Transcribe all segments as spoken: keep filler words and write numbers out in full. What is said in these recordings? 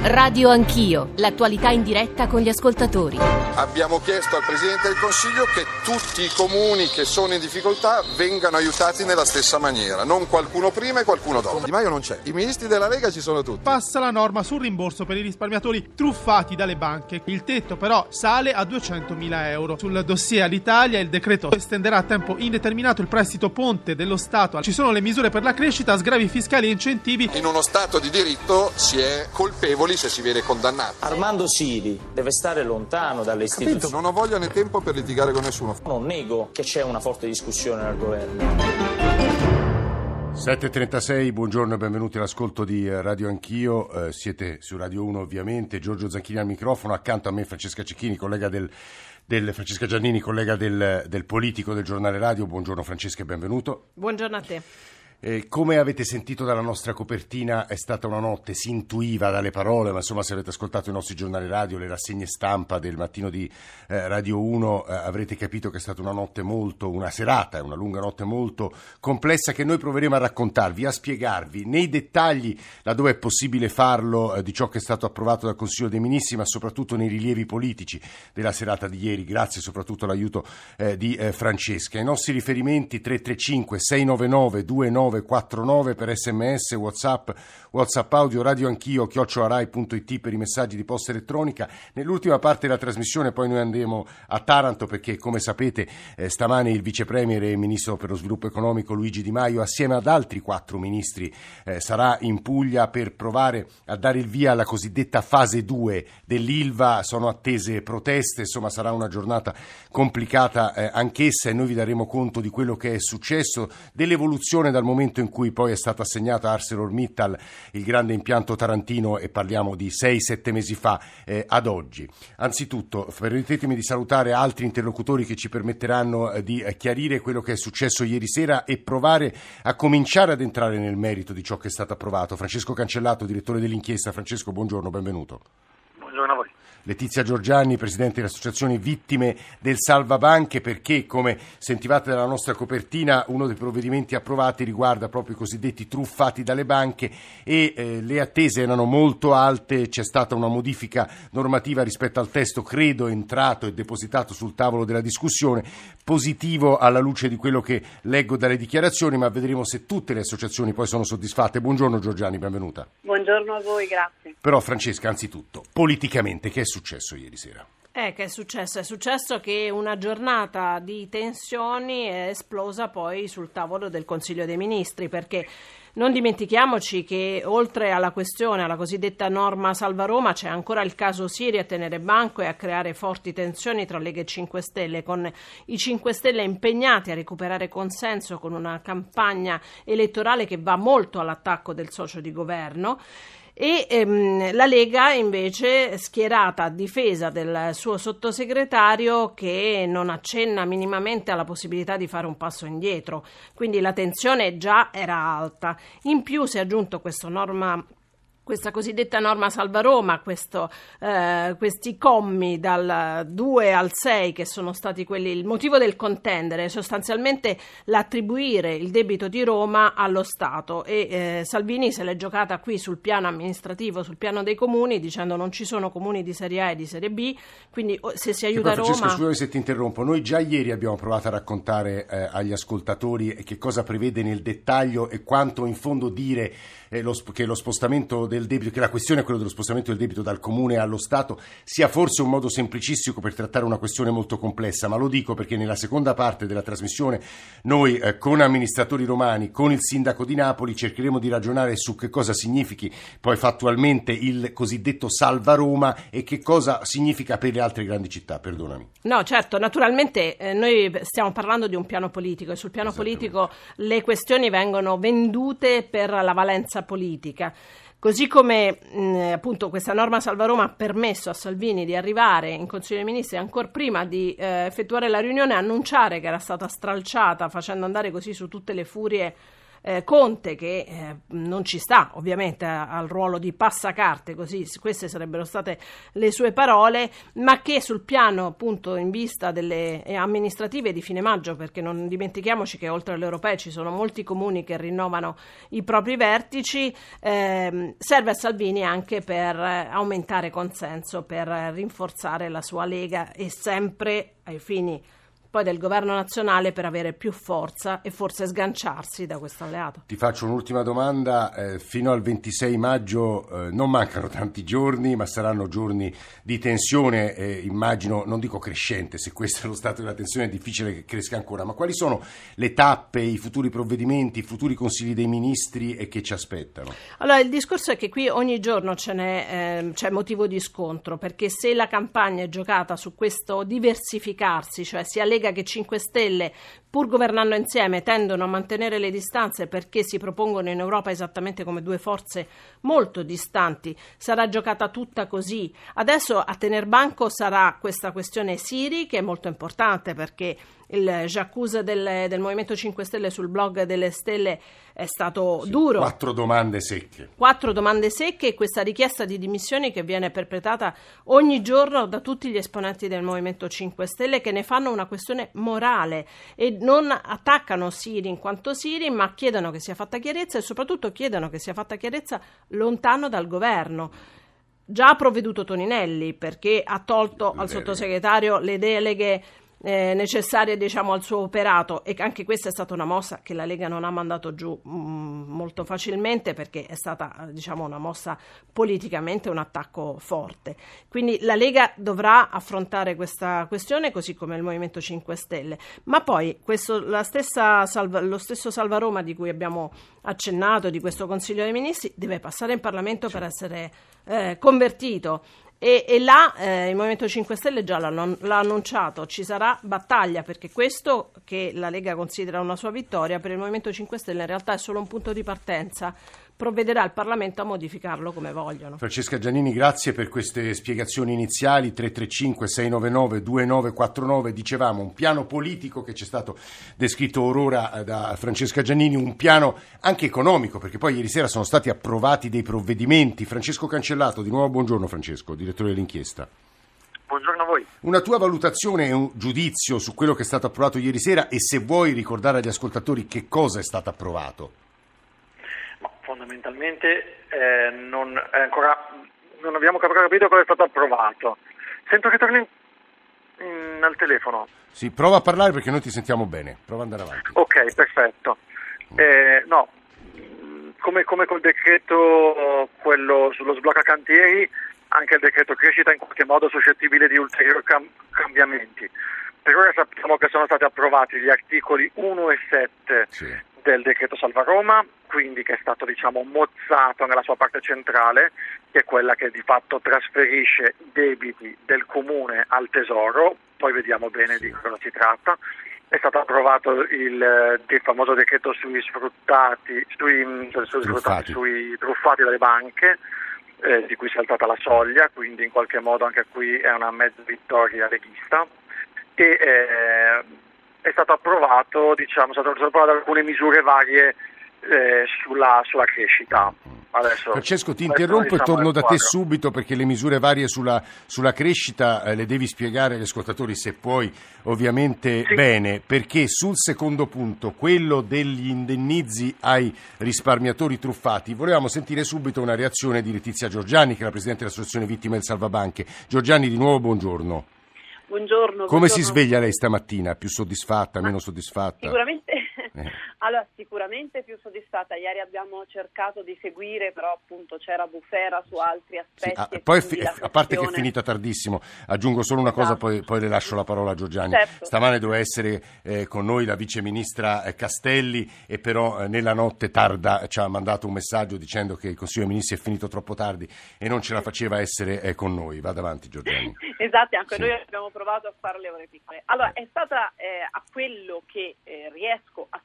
Radio Anch'io, l'attualità in diretta con gli ascoltatori. Abbiamo chiesto al Presidente del Consiglio che tutti i comuni che sono in difficoltà vengano aiutati nella stessa maniera, non qualcuno prima e qualcuno dopo. Di Maio non c'è, i ministri della Lega ci sono tutti. Passa la norma sul rimborso per i risparmiatori truffati dalle banche. Il tetto però sale a duecentomila euro. Sul dossier all'Italia il decreto estenderà a tempo indeterminato il prestito ponte dello Stato. Ci sono le misure per la crescita, sgravi fiscali e incentivi. In uno Stato di diritto si è colpevoli se si viene condannati. Armando Siri deve stare lontano dalle istituzioni. Capito? Non ho voglia né tempo per litigare con nessuno. Non nego che c'è una forte discussione nel governo. sette e trentasei, buongiorno e benvenuti all'ascolto di Radio Anch'io. Eh, siete su Radio uno ovviamente. Giorgio Zanchini al microfono, accanto a me Francesca Cecchini, collega del, del Francesca Giannini, collega del, del Politico del Giornale Radio. Buongiorno Francesca e benvenuto. Buongiorno a te. Eh, come avete sentito dalla nostra copertina, è stata una notte, si intuiva dalle parole, ma insomma se avete ascoltato i nostri giornali radio, le rassegne stampa del mattino di eh, Radio uno, eh, avrete capito che è stata una notte molto, una serata, una lunga notte molto complessa che noi proveremo a raccontarvi, a spiegarvi nei dettagli, laddove è possibile farlo, eh, di ciò che è stato approvato dal Consiglio dei Ministri, ma soprattutto nei rilievi politici della serata di ieri, grazie soprattutto all'aiuto eh, di eh, Francesca. I nostri riferimenti tre tre cinque sei nove nove due nove quattro nove per sms, whatsapp, whatsapp audio, radio anch'io, chiocciola punto it per i messaggi di posta elettronica. Nell'ultima parte della trasmissione poi noi andremo a Taranto perché, come sapete, eh, stamane il vice premier e ministro per lo sviluppo economico Luigi Di Maio assieme ad altri quattro ministri eh, sarà in Puglia per provare a dare il via alla cosiddetta fase due dell'Ilva. Sono attese proteste, insomma sarà una giornata complicata eh, anch'essa, e noi vi daremo conto di quello che è successo, dell'evoluzione dal momento in cui poi è stato assegnato a ArcelorMittal il grande impianto tarantino, e parliamo di sei sette mesi fa eh, ad oggi. Anzitutto permettetemi di salutare altri interlocutori che ci permetteranno eh, di eh, chiarire quello che è successo ieri sera e provare a cominciare ad entrare nel merito di ciò che è stato approvato. Francesco Cancellato, direttore dell'inchiesta. Francesco, buongiorno, benvenuto. Buongiorno a voi. Letizia Giorgiani, presidente delle associazioni vittime del salvabanche, perché come sentivate dalla nostra copertina uno dei provvedimenti approvati riguarda proprio i cosiddetti truffati dalle banche e eh, le attese erano molto alte. C'è stata una modifica normativa rispetto al testo, credo entrato e depositato sul tavolo della discussione, positivo alla luce di quello che leggo dalle dichiarazioni, ma vedremo se tutte le associazioni poi sono soddisfatte. Buongiorno Giorgiani, benvenuta. Buongiorno a voi, grazie. Però Francesca, anzitutto, politicamente che è successo ieri sera? Eh, che è successo? È successo che una giornata di tensioni è esplosa poi sul tavolo del Consiglio dei Ministri, perché non dimentichiamoci che oltre alla questione, alla cosiddetta norma Salva Roma, c'è ancora il caso Siri a tenere banco e a creare forti tensioni tra Lega e cinque Stelle, con i cinque Stelle impegnati a recuperare consenso con una campagna elettorale che va molto all'attacco del socio di governo. E ehm, la Lega invece schierata a difesa del suo sottosegretario che non accenna minimamente alla possibilità di fare un passo indietro, quindi la tensione già era alta. In più si è aggiunto questo norma questa cosiddetta norma Salva Roma, questo, eh, questi commi dal due al sei che sono stati quelli, il motivo del contendere, sostanzialmente l'attribuire il debito di Roma allo Stato, e eh, Salvini se l'è giocata qui sul piano amministrativo, sul piano dei comuni, dicendo non ci sono comuni di serie A e di serie B, quindi se si aiuta Roma... Francesco, scusami se ti interrompo, noi già ieri abbiamo provato a raccontare eh, agli ascoltatori che cosa prevede nel dettaglio e quanto in fondo dire eh, lo, che lo spostamento del debito, che la questione è quello dello spostamento del debito dal comune allo Stato sia forse un modo semplicistico per trattare una questione molto complessa, ma lo dico perché nella seconda parte della trasmissione noi eh, con amministratori romani, con il sindaco di Napoli cercheremo di ragionare su che cosa significhi poi fattualmente il cosiddetto Salva Roma e che cosa significa per le altre grandi città, perdonami. No, certo, naturalmente eh, noi stiamo parlando di un piano politico e sul piano politico le questioni vengono vendute per la valenza politica. Così come mh, appunto questa norma Salva Roma ha permesso a Salvini di arrivare in Consiglio dei Ministri ancora prima di eh, effettuare la riunione, annunciare che era stata stralciata, facendo andare così su tutte le furie eh, Conte, che eh, non ci sta ovviamente al ruolo di passacarte, così queste sarebbero state le sue parole, ma che sul piano appunto in vista delle amministrative di fine maggio, perché non dimentichiamoci che oltre alle europee ci sono molti comuni che rinnovano i propri vertici, ehm, serve a Salvini anche per aumentare consenso, per rinforzare la sua Lega e sempre ai fini poi del governo nazionale per avere più forza e forse sganciarsi da questo alleato. Ti faccio un'ultima domanda, eh, fino al ventisei maggio eh, non mancano tanti giorni, ma saranno giorni di tensione, eh, immagino, non dico crescente, se questo è lo stato della tensione è difficile che cresca ancora, ma quali sono le tappe, i futuri provvedimenti, i futuri consigli dei ministri e che ci aspettano? Allora, il discorso è che qui ogni giorno ce n'è, eh, c'è motivo di scontro, perché se la campagna è giocata su questo diversificarsi, cioè sia Lega che cinque Stelle, pur governando insieme, tendono a mantenere le distanze perché si propongono in Europa esattamente come due forze molto distanti, sarà giocata tutta così. Adesso a tener banco sarà questa questione Siri, che è molto importante perché il j'accuse del, del Movimento cinque Stelle sul blog delle Stelle è stato sì, duro. Quattro domande secche. Quattro domande secche e questa richiesta di dimissioni che viene perpetrata ogni giorno da tutti gli esponenti del Movimento cinque Stelle, che ne fanno una questione morale e non attaccano Siri in quanto Siri, ma chiedono che sia fatta chiarezza e soprattutto chiedono che sia fatta chiarezza lontano dal governo. Già ha provveduto Toninelli perché ha tolto al sottosegretario le deleghe Eh, necessarie diciamo al suo operato, e anche questa è stata una mossa che la Lega non ha mandato giù mh, molto facilmente, perché è stata diciamo una mossa politicamente, un attacco forte. Quindi la Lega dovrà affrontare questa questione, così come il Movimento cinque Stelle, ma poi questo, la stessa salva, lo stesso Salva Roma di cui abbiamo accennato, di questo Consiglio dei Ministri, deve passare in Parlamento per essere eh, convertito. E, e là eh, il Movimento cinque Stelle già l'ha, l'ha annunciato, ci sarà battaglia, perché questo che la Lega considera una sua vittoria, per il Movimento cinque Stelle in realtà è solo un punto di partenza. Provvederà il Parlamento a modificarlo come vogliono. Francesca Giannini, grazie per queste spiegazioni iniziali. Tre tre cinque sei nove nove due nove quattro nove, dicevamo un piano politico che ci è stato descritto orora da Francesca Giannini, un piano anche economico, perché poi ieri sera sono stati approvati dei provvedimenti. Francesco Cancellato, di nuovo buongiorno Francesco, direttore dell'inchiesta. Buongiorno a voi. Una tua valutazione e un giudizio su quello che è stato approvato ieri sera, e se vuoi ricordare agli ascoltatori che cosa è stato approvato. Fondamentalmente eh, non, è ancora, non abbiamo ancora capito cosa è stato approvato. Sento che torni in, al telefono. Sì, prova a parlare perché noi ti sentiamo bene. Prova ad andare avanti. Ok, perfetto. Eh, no, come, come col decreto quello sullo sblocca cantieri, anche il decreto crescita in qualche modo suscettibile di ulteriori cam- cambiamenti. Per ora sappiamo che sono stati approvati gli articoli uno e sette sì. del decreto Salva Roma, quindi che è stato diciamo mozzato nella sua parte centrale, che è quella che di fatto trasferisce debiti del comune al tesoro. Poi vediamo bene sì. di cosa si tratta. È stato approvato il, il famoso decreto sui sfruttati, sui, cioè, sui, sfruttati, sui truffati dalle banche, eh, di cui si è alzata la soglia, quindi in qualche modo anche qui è una mezza vittoria leghista. E eh, è stato approvato, diciamo, sono state approvate alcune misure varie eh, sulla, sulla crescita. Adesso, Francesco, ti interrompo e torno da te subito, perché le misure varie sulla, sulla crescita eh, le devi spiegare agli ascoltatori, se puoi, ovviamente sì. bene, perché sul secondo punto, quello degli indennizi ai risparmiatori truffati, volevamo sentire subito una reazione di Letizia Giorgiani, che è la Presidente dell'Associazione Vittime del Salvabanche. Giorgiani, di nuovo buongiorno. Buongiorno. Come buongiorno. si sveglia lei stamattina? Più soddisfatta, meno soddisfatta? Sicuramente, eh. allora, sicuramente più soddisfatta. Ieri abbiamo cercato di seguire, però appunto c'era bufera su altri aspetti. Sì, ah, poi fi- a parte che è finita tardissimo, aggiungo solo una cosa, esatto. poi, poi le lascio la parola a Giorgiani. Certo. Stamane doveva essere eh, con noi la vice ministra eh, Castelli, e però eh, nella notte tarda ci ha mandato un messaggio dicendo che il Consiglio dei Ministri è finito troppo tardi e non ce la faceva essere eh, con noi. Vada avanti Giorgiani. Esatto, anche sì. noi abbiamo provato a fare le ore piccole. Allora, è stata eh, a quello che eh, riesco a capire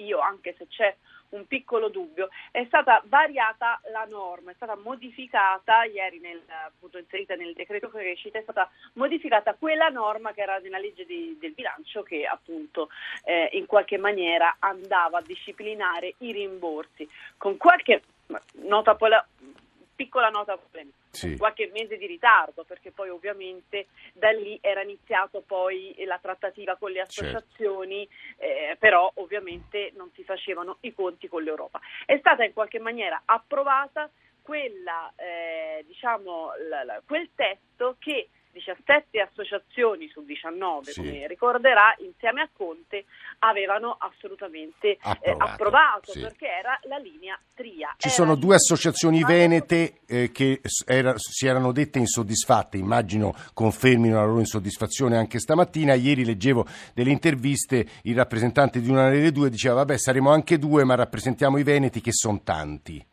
io, anche se c'è un piccolo dubbio, è stata variata la norma, è stata modificata ieri, nel, appunto inserita nel decreto crescita, è stata modificata quella norma che era nella legge di, del bilancio, che appunto eh, in qualche maniera andava a disciplinare i rimborsi, con qualche nota pola, piccola nota polemica. Sì. Qualche mese di ritardo, perché poi ovviamente da lì era iniziato poi la trattativa con le associazioni, certo. eh, però ovviamente non si facevano i conti con l'Europa. È stata in qualche maniera approvata quella, eh, diciamo, la, la, quel testo che diciassette associazioni su diciannove, sì. come ricorderà, insieme a Conte avevano assolutamente approvato, eh, approvato sì. perché era la linea Tria. Ci era sono due associazioni venete eh, che era, si erano dette insoddisfatte, immagino confermino la loro insoddisfazione anche stamattina. Ieri leggevo delle interviste, il rappresentante di una delle due diceva vabbè saremo anche due ma rappresentiamo i veneti che sono tanti.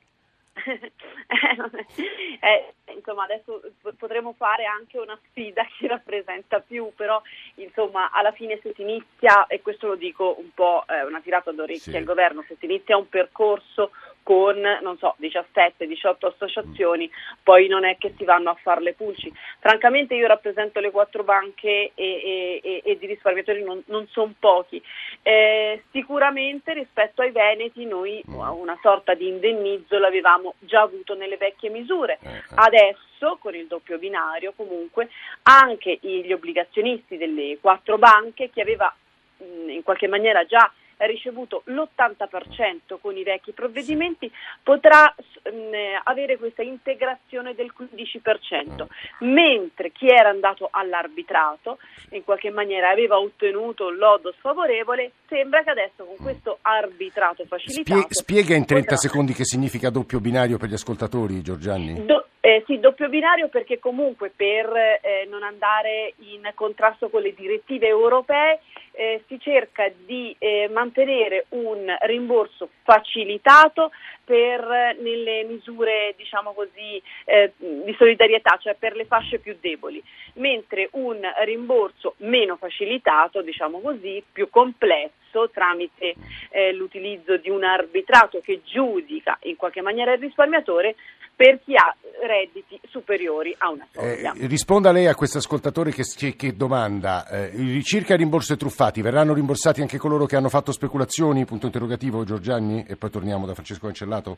eh, insomma adesso potremo fare anche una sfida chi rappresenta più, però insomma alla fine se si inizia, e questo lo dico un po' eh, una tirata d'orecchie sì. al governo, se si inizia un percorso con, non so, diciassette diciotto associazioni, mm. poi non è che si vanno a fare le pulci. Francamente io rappresento le quattro banche e, e, e, e di risparmiatori non, non sono pochi. Eh, sicuramente rispetto ai veneti noi mm. una sorta di indennizzo l'avevamo già avuto nelle vecchie misure. Eh, eh. Adesso, con il doppio binario, comunque, anche gli obbligazionisti delle quattro banche, chi aveva mh, in qualche maniera già ricevuto l'ottanta per cento con i vecchi provvedimenti potrà mh, avere questa integrazione del quindici per cento, mentre chi era andato all'arbitrato in qualche maniera aveva ottenuto un lodo sfavorevole. Sembra che adesso con questo arbitrato facilitato Spie- spiega in trenta potrà... secondi che significa doppio binario per gli ascoltatori, Giorgianni. Do- eh, sì, doppio binario perché comunque per eh, non andare in contrasto con le direttive europee Eh, si cerca di eh, mantenere un rimborso facilitato per eh, nelle misure, diciamo così, eh, di solidarietà, cioè per le fasce più deboli, mentre un rimborso meno facilitato, diciamo così, più complesso, tramite eh, l'utilizzo di un arbitrato che giudica in qualche maniera il risparmiatore, per chi ha redditi superiori a una soglia. Eh, risponda lei a questo ascoltatore che, che, che domanda, eh, circa rimborsi truffati, verranno rimborsati anche coloro che hanno fatto speculazioni? Punto interrogativo, Giorgianni, e poi torniamo da Francesco Cancellato.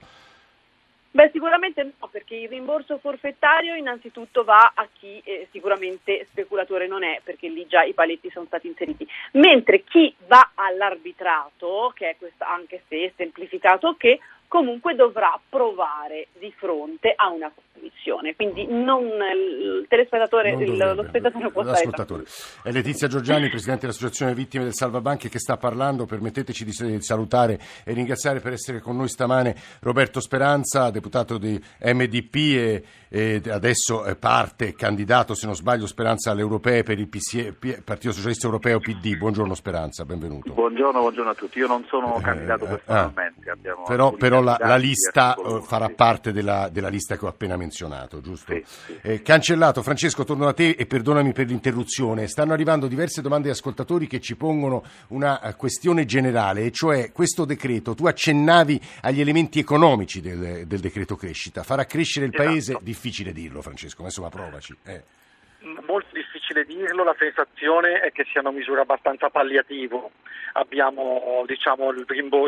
Beh, sicuramente no, perché il rimborso forfettario innanzitutto va a chi eh, sicuramente speculatore non è, perché lì già i paletti sono stati inseriti, mentre chi va all'arbitrato, che è questo, anche se semplificato, che comunque dovrà provare di fronte a una commissione, quindi non il telespettatore, non dovrebbe, lo spettatore può stare. È Letizia Giorgianni, Presidente dell'Associazione Vittime del Salvabanche, che sta parlando. Permetteteci di salutare e ringraziare per essere con noi stamane Roberto Speranza, deputato di M D P e, e adesso è parte, candidato se non sbaglio Speranza alle europee per il P S I, Partito Socialista Europeo P D. Buongiorno Speranza, benvenuto. Buongiorno, buongiorno a tutti. Io non sono eh, candidato personalmente, ah, abbiamo però, però la, la lista uh, farà sì. parte della, della lista che ho appena menzionato, giusto? Sì, sì. Eh, Cancellato, Francesco, torno da te e perdonami per l'interruzione. Stanno arrivando diverse domande di ascoltatori che ci pongono una uh, questione generale, e cioè questo decreto, tu accennavi agli elementi economici del, del decreto crescita, farà crescere il esatto. paese? Difficile dirlo, Francesco, ma insomma provaci. Eh. Molto difficile dirlo, la sensazione è che sia una misura abbastanza palliativo. Abbiamo diciamo il,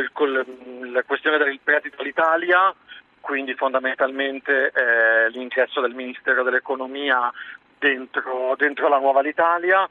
il, la questione del reddito all'Italia, quindi fondamentalmente eh, l'ingresso del Ministero dell'Economia dentro, dentro la nuova Alitalia.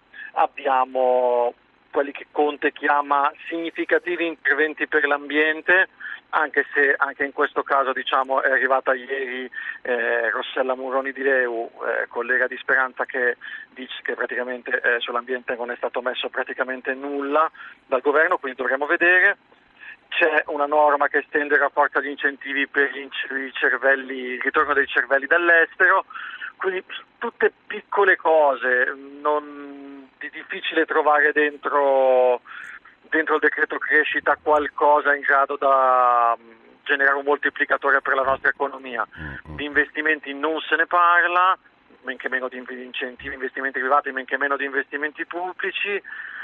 Abbiamo quelli che Conte chiama significativi interventi per l'ambiente, anche se anche in questo caso diciamo è arrivata ieri eh, Rossella Muroni di Leu, eh, collega di Speranza, che dice che praticamente eh, sull'ambiente non è stato messo praticamente nulla dal governo, quindi dovremo vedere. C'è una norma che estende il rapporto agli incentivi per gli cervelli, il ritorno dei cervelli dall'estero, quindi tutte piccole cose, non, di difficile trovare dentro dentro il decreto crescita qualcosa in grado da generare un moltiplicatore per la nostra economia. Di investimenti non se ne parla, men che meno di incentivi investimenti privati, men che meno di investimenti pubblici.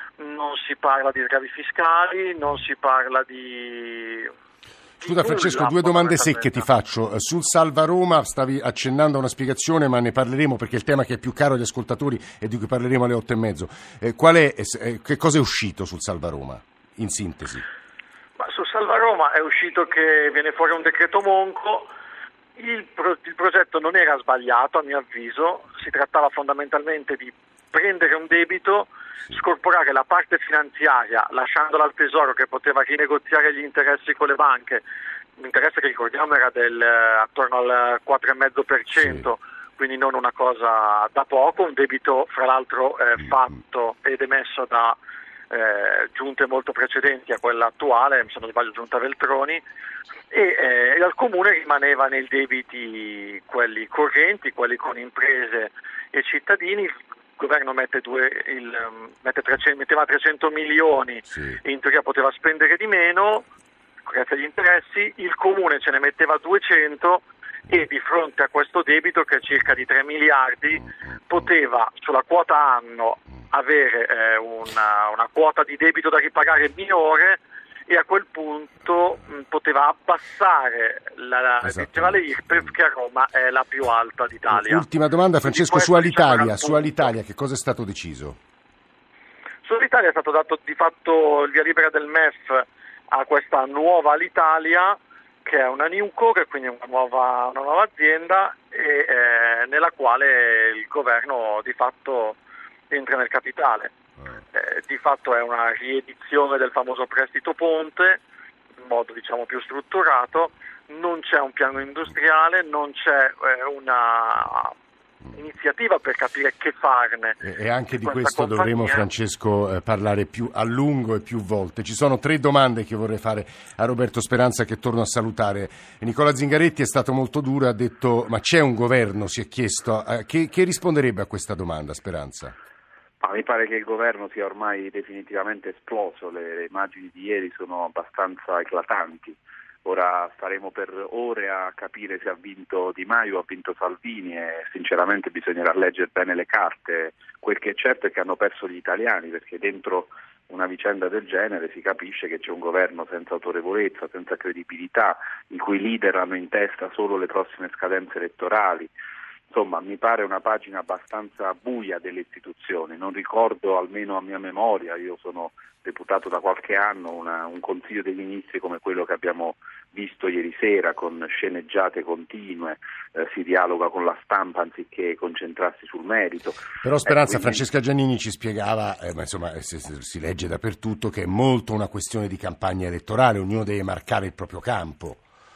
non si parla di sgravi fiscali, non si parla di... Scusa Francesco, due domande secche ti faccio. Sul Salva Roma stavi accennando a una spiegazione, ma ne parleremo perché è il tema che è più caro agli ascoltatori e di cui parleremo alle otto e mezzo. Eh, qual è, eh, che cosa è uscito sul Salva Roma, in sintesi? Ma sul Salva Roma è uscito che viene fuori un decreto Monco. Il, pro, il progetto non era sbagliato a mio avviso, si trattava fondamentalmente di prendere un debito, scorporare la parte finanziaria lasciandola al Tesoro che poteva rinegoziare gli interessi con le banche. L'interesse che ricordiamo era del, attorno al quattro virgola cinque per cento, sì. Quindi non una cosa da poco, un debito fra l'altro eh, fatto ed emesso da eh, giunte molto precedenti a quella attuale, se non sbaglio giunta Veltroni, e, eh, e al Comune rimanevano i debiti, quelli correnti, quelli con imprese e cittadini. Il governo mette due, il, mette trecento, metteva trecento milioni, sì. E in teoria poteva spendere di meno grazie agli interessi, il Comune ce ne metteva duecento e di fronte a questo debito che è circa di tre miliardi poteva sulla quota anno avere eh, una, una quota di debito da ripagare minore e a quel punto mh, poteva abbassare la eventuale I R P E F che a Roma è la più alta d'Italia. Ultima domanda Francesco, su Alitalia, su Alitalia che cosa è stato deciso? Su Alitalia è stato dato di fatto il via libera del M E F a questa nuova Alitalia che è una Newco, che è quindi una nuova, una nuova azienda e eh, nella quale il governo di fatto entra nel capitale. Eh, di fatto è una riedizione del famoso prestito ponte in modo diciamo più strutturato, non c'è un piano industriale, non c'è eh, una iniziativa per capire che farne. E anche di questo compagnia. Dovremo Francesco eh, parlare più a lungo e più volte. Ci sono tre domande che vorrei fare a Roberto Speranza che torno a salutare. Nicola Zingaretti è stato molto duro e ha detto ma c'è un governo, si è chiesto, eh, che, che risponderebbe a questa domanda Speranza? Ah, mi pare che il governo sia ormai definitivamente esploso, le, le immagini di ieri sono abbastanza eclatanti. Ora staremo per ore a capire se ha vinto Di Maio o ha vinto Salvini e sinceramente bisognerà leggere bene le carte. Quel che è certo è che hanno perso gli italiani perché dentro una vicenda del genere si capisce che c'è un governo senza autorevolezza, senza credibilità, i cui leader hanno in testa solo le prossime scadenze elettorali. Insomma, mi pare una pagina abbastanza buia delle istituzioni. Non ricordo, almeno a mia memoria, io sono deputato da qualche anno, una, un Consiglio dei Ministri come quello che abbiamo visto ieri sera, con sceneggiate continue, eh, si dialoga con la stampa anziché concentrarsi sul merito. Però Speranza, eh, quindi... Francesca Giannini ci spiegava, eh, ma insomma si, si legge dappertutto, che è molto una questione di campagna elettorale, ognuno deve marcare il proprio campo.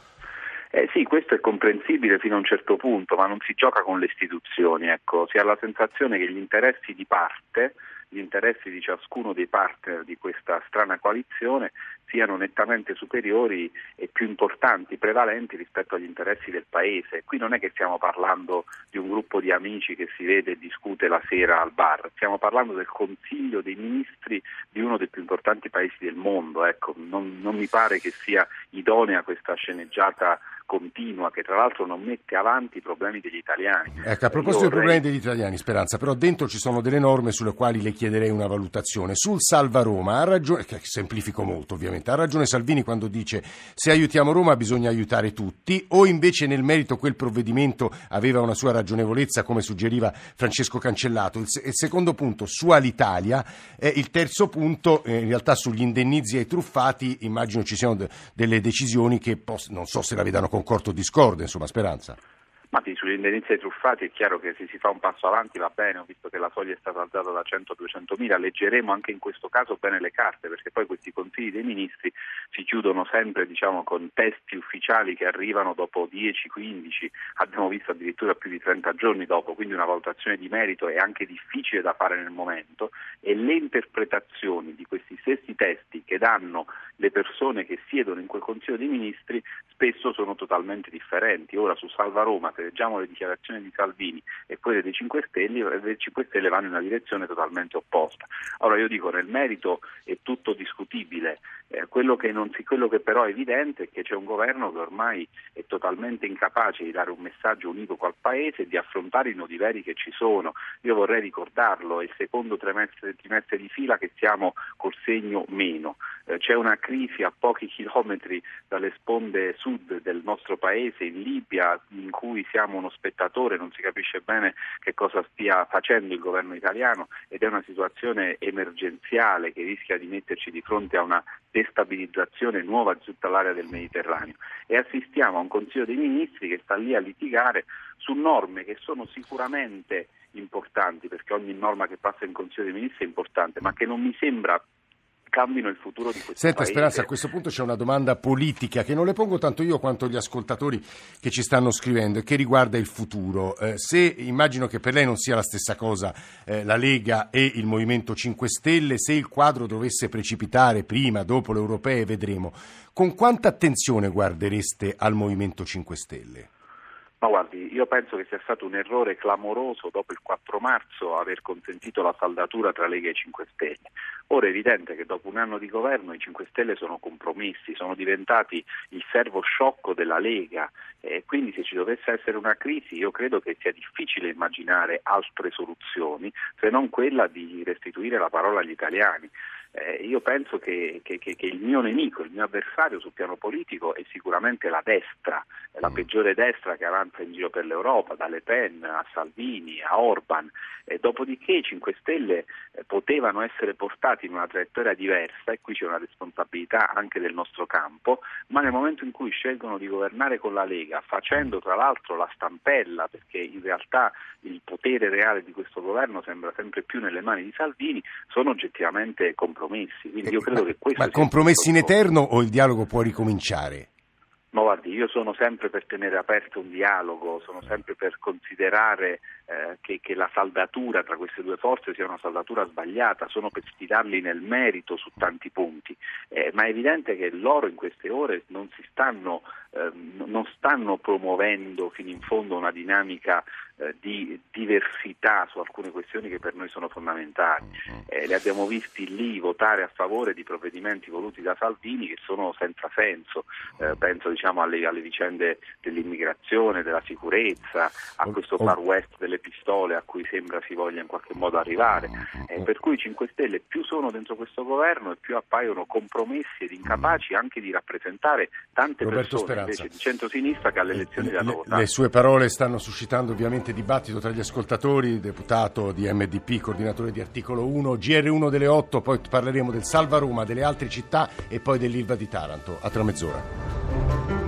Eh sì, questo è comprensibile fino a un certo punto, ma non si gioca con le istituzioni, ecco. Si ha la sensazione che gli interessi di parte, gli interessi di ciascuno dei partner di questa strana coalizione siano nettamente superiori e più importanti, prevalenti rispetto agli interessi del Paese. Qui non è che stiamo parlando di un gruppo di amici che si vede e discute la sera al bar, stiamo parlando del Consiglio dei Ministri di uno dei più importanti paesi del mondo. Ecco, non, non mi pare che sia idonea questa sceneggiata continua che tra l'altro non mette avanti i problemi degli italiani. Ecco, a proposito dei problemi degli italiani, Speranza, però dentro ci sono delle norme sulle quali le chiederei una valutazione. Sul Salva Roma, ha ragione, che semplifico molto ovviamente, ha ragione Salvini quando dice se aiutiamo Roma bisogna aiutare tutti, o invece nel merito quel provvedimento aveva una sua ragionevolezza come suggeriva Francesco Cancellato. Il, il secondo punto su Alitalia, eh, il terzo punto eh, in realtà sugli indennizi ai truffati immagino ci siano de- delle decisioni che poss- non so se la vedano concordo o discorde, insomma Speranza. Ma sì, sugli indennizi ai truffati è chiaro che se si fa un passo avanti va bene, ho visto che la soglia è stata alzata da cento a duecentomila, leggeremo anche in questo caso bene le carte, perché poi questi consigli dei ministri si chiudono sempre diciamo con testi ufficiali che arrivano dopo dieci quindici, abbiamo visto addirittura più di trenta giorni dopo, quindi una valutazione di merito è anche difficile da fare nel momento e le interpretazioni di questi stessi testi che danno le persone che siedono in quel consiglio dei ministri spesso sono totalmente differenti. Ora su Salva Roma, se leggiamo le dichiarazioni di Salvini e quelle dei cinque Stelle, dei cinque Stelle vanno in una direzione totalmente opposta. Allora io dico, nel merito è tutto discutibile, eh, quello che non si, quello che però è evidente è che c'è un governo che ormai è totalmente incapace di dare un messaggio univoco al Paese e di affrontare i nodi veri che ci sono. Io vorrei ricordarlo, è il secondo trimestre, trimestre di fila che siamo col segno meno. Eh, c'è una crisi a pochi chilometri dalle sponde sud del nostro paese, in Libia, in cui siamo uno spettatore, non si capisce bene che cosa stia facendo il governo italiano, ed è una situazione emergenziale che rischia di metterci di fronte a una destabilizzazione nuova di tutta l'area del Mediterraneo, e assistiamo a un Consiglio dei Ministri che sta lì a litigare su norme che sono sicuramente importanti, perché ogni norma che passa in Consiglio dei Ministri è importante, ma che non mi sembra cambino il futuro di questo Senta, paese. Speranza, a questo punto c'è una domanda politica che non le pongo tanto io quanto gli ascoltatori che ci stanno scrivendo e che riguarda il futuro. Eh, se immagino che per lei non sia la stessa cosa eh, la Lega e il Movimento cinque Stelle, se il quadro dovesse precipitare prima, dopo le europee, vedremo. Con quanta attenzione guardereste al Movimento cinque Stelle? Ma guardi, io penso che sia stato un errore clamoroso dopo il quattro marzo aver consentito la saldatura tra Lega e cinque Stelle. Ora è evidente che dopo un anno di governo i cinque Stelle sono compromessi, sono diventati il servo sciocco della Lega, e quindi se ci dovesse essere una crisi io credo che sia difficile immaginare altre soluzioni se non quella di restituire la parola agli italiani. Eh, io penso che, che, che, che il mio nemico, il mio avversario sul piano politico è sicuramente la destra, la peggiore destra che avanza in giro per l'Europa, da Le Pen a Salvini a Orban. E dopodiché i cinque Stelle eh, potevano essere portati in una traiettoria diversa, e qui c'è una responsabilità anche del nostro campo, ma nel momento in cui scelgono di governare con la Lega, facendo tra l'altro la stampella, perché in realtà il potere reale di questo governo sembra sempre più nelle mani di Salvini, sono oggettivamente compromessi. Quindi io credo ma, che questo ma compromessi in eterno o il dialogo può ricominciare? Ma guardi, io sono sempre per tenere aperto un dialogo, sono sempre per considerare eh, che, che la saldatura tra queste due forze sia una saldatura sbagliata, sono per sfidarli nel merito su tanti punti, eh, ma è evidente che loro in queste ore non si stanno, eh, non stanno promuovendo fino in fondo una dinamica eh, di diversità su alcune questioni che per noi sono fondamentali. Eh, li abbiamo visti lì votare a favore di provvedimenti voluti da Salvini che sono senza senso, eh, penso diciamo alle, alle vicende dell'immigrazione, della sicurezza, a questo far west delle pistole a cui sembra si voglia in qualche modo arrivare, eh, per cui i cinque Stelle più sono dentro questo governo e più appaiono compromessi ed incapaci anche di rappresentare tante Roberto persone Speranza, invece di centrosinistra che alle elezioni le hanno votate. Le sue parole stanno suscitando ovviamente dibattito tra gli ascoltatori. Deputato di M D P, coordinatore di Articolo uno, G R uno delle otto, poi parleremo del Salva Roma, delle altre città e poi dell'Ilva di Taranto a tra mezz'ora.